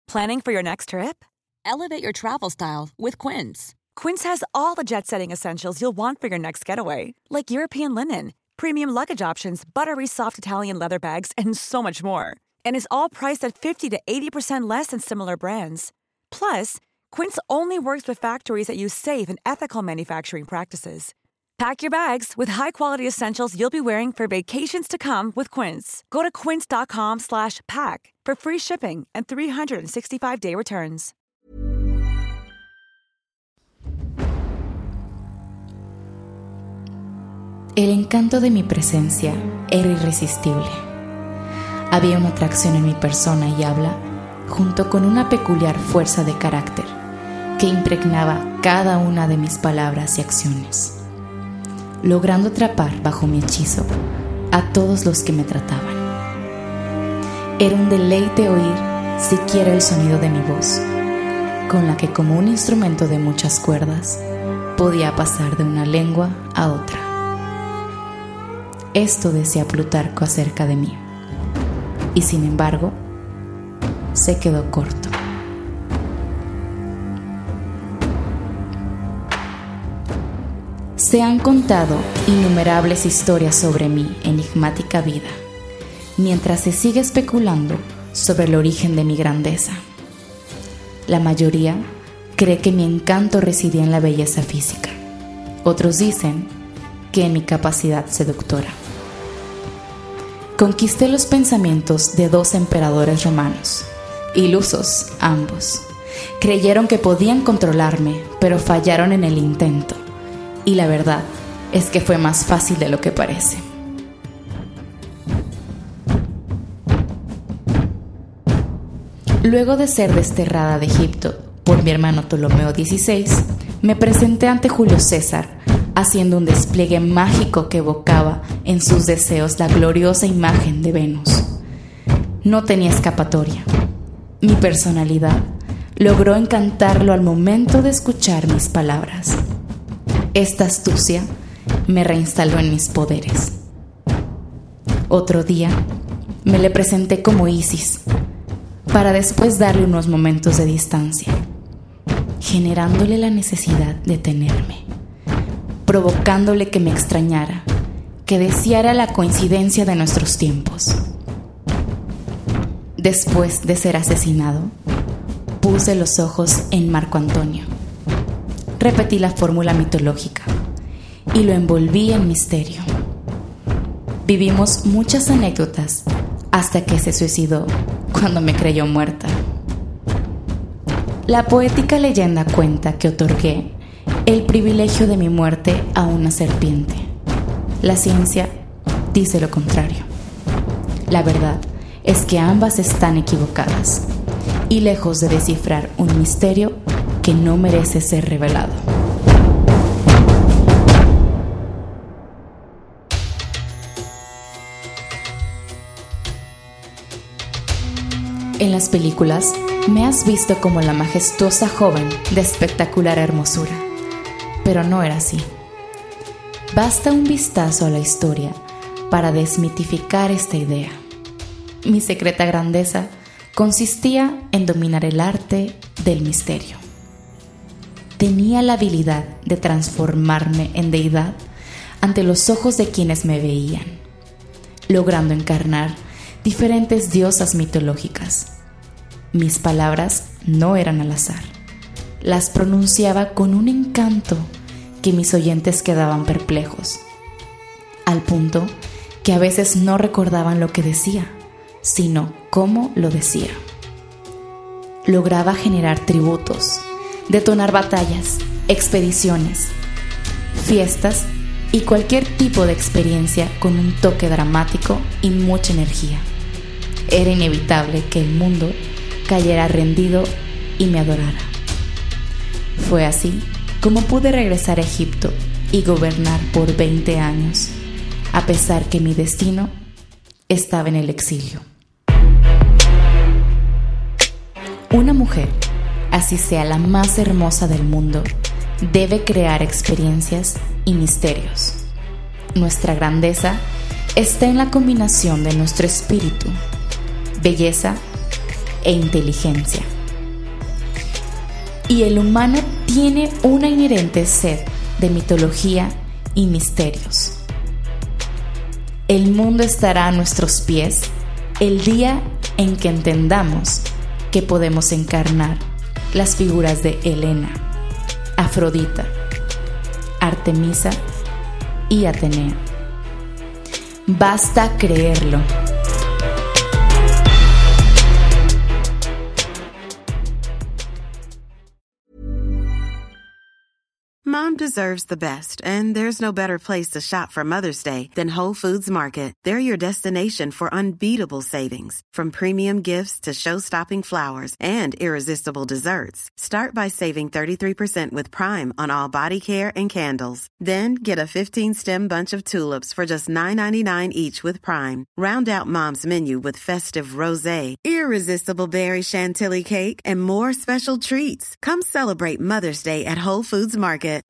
Planning for your next trip? Elevate your travel style with Quince. Quince has all the jet-setting essentials you'll want for your next getaway, like European linen, premium luggage options, buttery soft Italian leather bags, and so much more. And is all priced at 50 to 80% less than similar brands. Plus, Quince only works with factories that use safe and ethical manufacturing practices. Pack your bags with high-quality essentials you'll be wearing for vacations to come with Quince. Go to quince.com/pack for free shipping and 365-day returns. El encanto de mi presencia era irresistible. Había una atracción en mi persona y habla, junto con una peculiar fuerza de carácter que impregnaba cada una de mis palabras y acciones, logrando atrapar bajo mi hechizo a todos los que me trataban. Era un deleite oír siquiera el sonido de mi voz, con la que como un instrumento de muchas cuerdas podía pasar de una lengua a otra. Esto decía Plutarco acerca de mí, y sin embargo, se quedó corto. Se han contado innumerables historias sobre mi enigmática vida, mientras se sigue especulando sobre el origen de mi grandeza. La mayoría cree que mi encanto residía en la belleza física. Otros dicen que en mi capacidad seductora. Conquisté los pensamientos de 2 emperadores romanos, ilusos ambos. Creyeron que podían controlarme, pero fallaron en el intento. Y la verdad es que fue más fácil de lo que parece. Luego de ser desterrada de Egipto por mi hermano Ptolomeo XVI, me presenté ante Julio César, haciendo un despliegue mágico que evocaba en sus deseos la gloriosa imagen de Venus. No tenía escapatoria. Mi personalidad logró encantarlo al momento de escuchar mis palabras. Esta astucia me reinstaló en mis poderes. Otro día me le presenté como Isis, para después darle unos momentos de distancia, generándole la necesidad de tenerme, provocándole que me extrañara, que deseara la coincidencia de nuestros tiempos. Después de ser asesinado, puse los ojos en Marco Antonio. Repetí la fórmula mitológica y lo envolví en misterio. Vivimos muchas anécdotas hasta que se suicidó cuando me creyó muerta. La poética leyenda cuenta que otorgué el privilegio de mi muerte a una serpiente. La ciencia dice lo contrario. La verdad es que ambas están equivocadas y lejos de descifrar un misterio que no merece ser revelado. En las películas me has visto como la majestuosa joven de espectacular hermosura, pero no era así. Basta un vistazo a la historia para desmitificar esta idea. Mi secreta grandeza consistía en dominar el arte del misterio. Tenía la habilidad de transformarme en deidad ante los ojos de quienes me veían, logrando encarnar diferentes diosas mitológicas. Mis palabras no eran al azar. Las pronunciaba con un encanto que mis oyentes quedaban perplejos, al punto que a veces no recordaban lo que decía, sino cómo lo decía. Lograba generar tributos, detonar batallas, expediciones, fiestas y cualquier tipo de experiencia con un toque dramático y mucha energía. Era inevitable que el mundo cayera rendido y me adorara. Fue así como pude regresar a Egipto y gobernar por 20 años, a pesar que mi destino estaba en el exilio. Una mujer, así sea la más hermosa del mundo, debe crear experiencias y misterios. Nuestra grandeza está en la combinación de nuestro espíritu, belleza e inteligencia. y el humano tiene una inherente sed de mitología y misterios. El mundo estará a nuestros pies el día en que entendamos que podemos encarnar las figuras de Helena, Afrodita, Artemisa y Atenea. Basta creerlo. Mom deserves the best, and there's no better place to shop for Mother's Day than Whole Foods Market. They're your destination for unbeatable savings, from premium gifts to show-stopping flowers and irresistible desserts. Start by saving 33% with Prime on all body care and candles. Then get a 15-stem bunch of tulips for just $9.99 each with Prime. Round out Mom's menu with festive rosé, irresistible berry chantilly cake, and more special treats. Come celebrate Mother's Day at Whole Foods Market.